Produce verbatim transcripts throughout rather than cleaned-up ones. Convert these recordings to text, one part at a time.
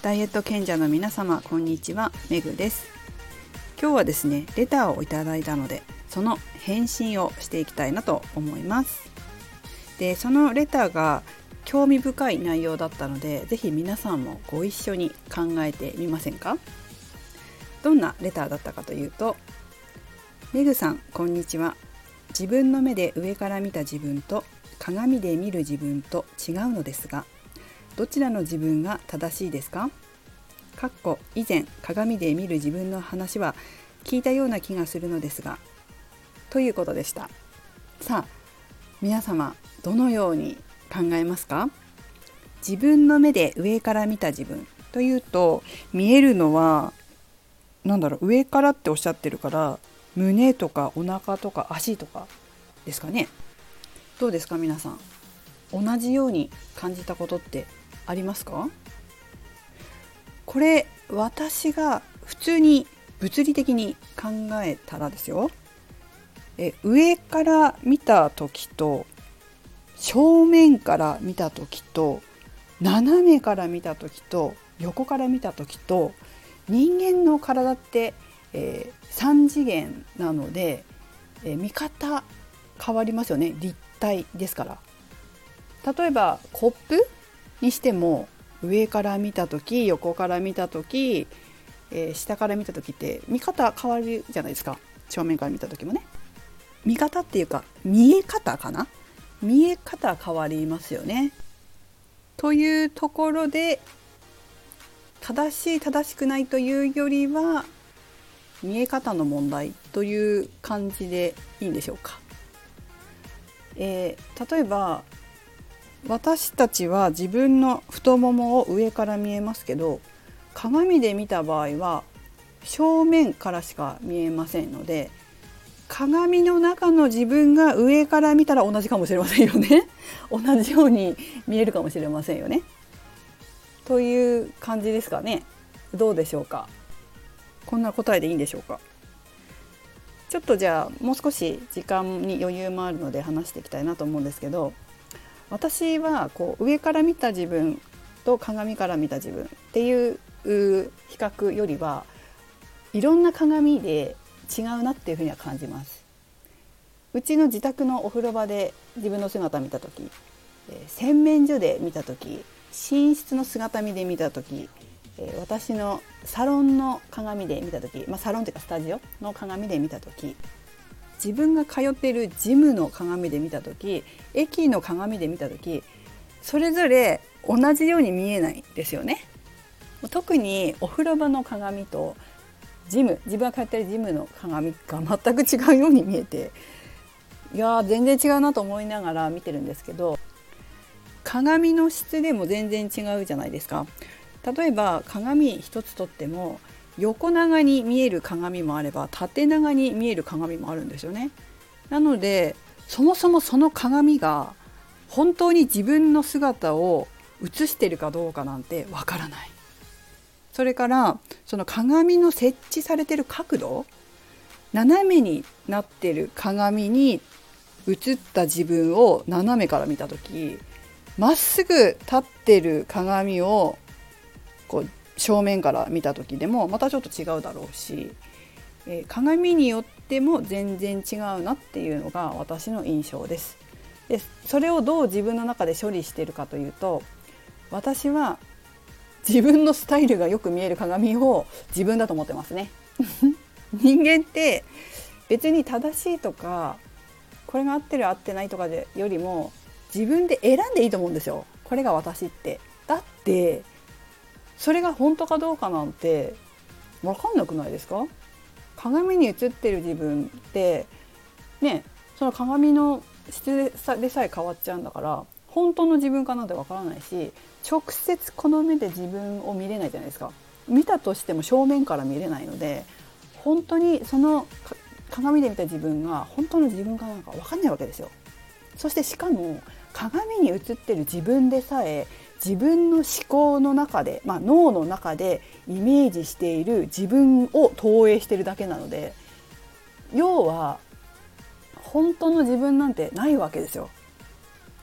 ダイエット賢者の皆様、こんにちは。めぐです。今日はですね、レターをいただいたので、その返信をしていきたいなと思います。で、そのレターが興味深い内容だったので、ぜひ皆さんもご一緒に考えてみませんか？どんなレターだったかというと、めぐさん、こんにちは。自分の目で上から見た自分と鏡で見る自分と違うのですが、どちらの自分が正しいですか？かっこ以前鏡で見る自分の話は聞いたような気がするのですが、ということでした。さあ皆様、どのように考えますか？自分の目で上から見た自分というと、見えるのはなんだろう、上からっておっしゃってるから、胸とかお腹とか足とかですかね。どうですか皆さん、同じように感じたことってありますか？これ私が普通に物理的に考えたらですよ、え上から見た時と正面から見た時と斜めから見た時と横から見た時と、人間の体って、えー、さん次元なので、えー、見方変わりますよね。立体ですから。例えばコップにしても、上から見た時、横から見た時、えー、下から見た時って見方変わるじゃないですか。正面から見た時もね、見方っていうか見え方かな、見え方変わりますよね。というところで、正しい正しくないというよりは見え方の問題という感じでいいんでしょうか。えー、例えば私たちは自分の太ももを上から見えますけど、鏡で見た場合は正面からしか見えませんので、鏡の中の自分が上から見たら同じかもしれませんよね。同じように見えるかもしれませんよね。という感じですかね。どうでしょうか。こんな答えでいいんでしょうか。ちょっとじゃあもう少し時間に余裕もあるので話していきたいなと思うんですけど、私はこう上から見た自分と鏡から見た自分っていう比較よりは、いろんな鏡で違うなっていうふうには感じます。うちの自宅のお風呂場で自分の姿を見た時、洗面所で見た時、寝室の姿見で見た時、私のサロンの鏡で見た時、まあ、サロンというかスタジオの鏡で見た時、自分が通っているジムの鏡で見た時、駅の鏡で見た時、それぞれ同じように見えないですよね。特にお風呂場の鏡とジム、自分が通っているジムの鏡が全く違うように見えて、いや全然違うなと思いながら見てるんですけど、鏡の質でも全然違うじゃないですか。例えば鏡一つとっても、横長に見える鏡もあれば縦長に見える鏡もあるんですよね。なのでそもそもその鏡が本当に自分の姿を映しているかどうかなんてわからない。それからその鏡の設置されている角度、斜めになっている鏡に映った自分を斜めから見たとき、まっすぐ立っている鏡をこう正面から見た時でもまたちょっと違うだろうし、えー、鏡によっても全然違うなっていうのが私の印象です。で、それをどう自分の中で処理しているかというと、私は自分のスタイルがよく見える鏡を自分だと思ってますね。人間って別に正しいとか、これが合ってる合ってないとかでよりも、自分で選んでいいと思うんですよ。これが私って。だってそれが本当かどうかなんて分かんなくないですか？鏡に映ってる自分ってね、その鏡の質でさえ変わっちゃうんだから、本当の自分かなんて分からないし、直接この目で自分を見れないじゃないですか。見たとしても正面から見れないので、本当にその鏡で見た自分が本当の自分かなんか分かんないわけですよ。そしてしかも鏡に映ってる自分でさえ、自分の思考の中で、まあ、脳の中でイメージしている自分を投影しているだけなので、要は本当の自分なんてないわけですよ。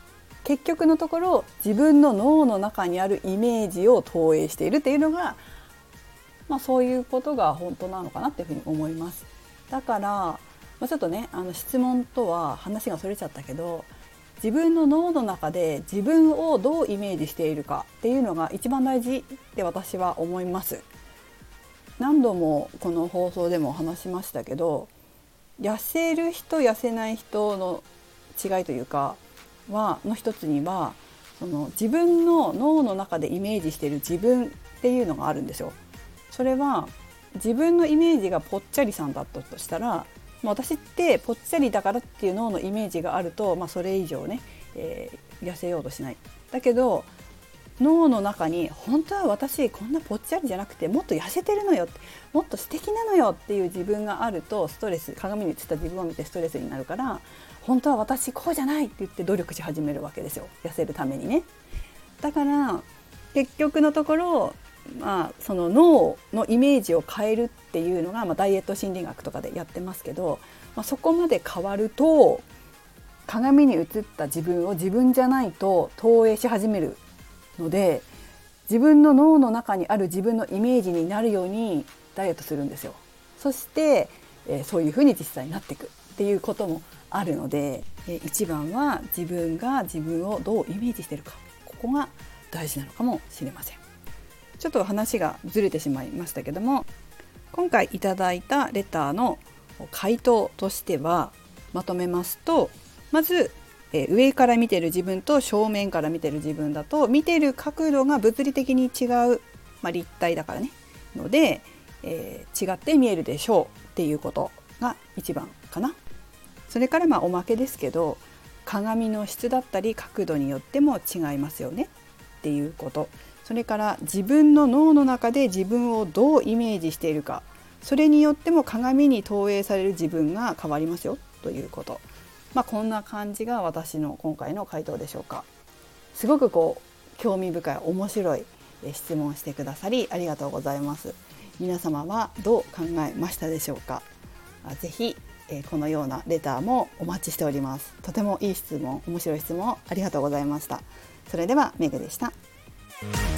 結局のところ自分の脳の中にあるイメージを投影しているっていうのが、まあ、そういうことが本当なのかなっていうふうに思います。だから、まあ、ちょっとねあの質問とは話がそれちゃったけど、自分の脳の中で自分をどうイメージしているかっていうのが一番大事って私は思います。何度もこの放送でも話しましたけど、痩せる人痩せない人の違いというかはの一つには、その自分の脳の中でイメージしている自分っていうのがあるんですよ。それは自分のイメージがぽっちゃりさんだったとしたら、私ってぽっちゃりだからっていう脳のイメージがあると、まあ、それ以上ね、えー、痩せようとしない。だけど脳の中に本当は私こんなぽっちゃりじゃなくてもっと痩せてるのよって、もっと素敵なのよっていう自分があると、ストレス、鏡に映った自分を見てストレスになるから、本当は私こうじゃないって言って努力し始めるわけですよ、痩せるためにね。だから結局のところ、まあ、その脳のイメージを変えるっていうのが、まあ、ダイエット心理学とかでやってますけど、まあ、そこまで変わると鏡に映った自分を自分じゃないと投影し始めるので、自分の脳の中にある自分のイメージになるようにダイエットするんですよ。そして、えー、そういうふうに実際になっていくっていうこともあるので、えー、一番は自分が自分をどうイメージしているか、ここが大事なのかもしれません。ちょっと話がずれてしまいましたけども、今回いただいたレターの回答としてはまとめますと、まずえー、上から見てる自分と正面から見てる自分だと、見てる角度が物理的に違う、まあ、立体だからねので、えー、違って見えるでしょうっていうことが一番かな。それからまあおまけですけど、鏡の質だったり角度によっても違いますよねっていうこと。それから自分の脳の中で自分をどうイメージしているか、それによっても鏡に投影される自分が変わりますよということ。まあ、こんな感じが私の今回の回答でしょうか。すごくこう興味深い面白い質問してくださりありがとうございます。皆様はどう考えましたでしょうか。ぜひこのようなレターもお待ちしております。とてもいい質問、面白い質問ありがとうございました。それではメグでした。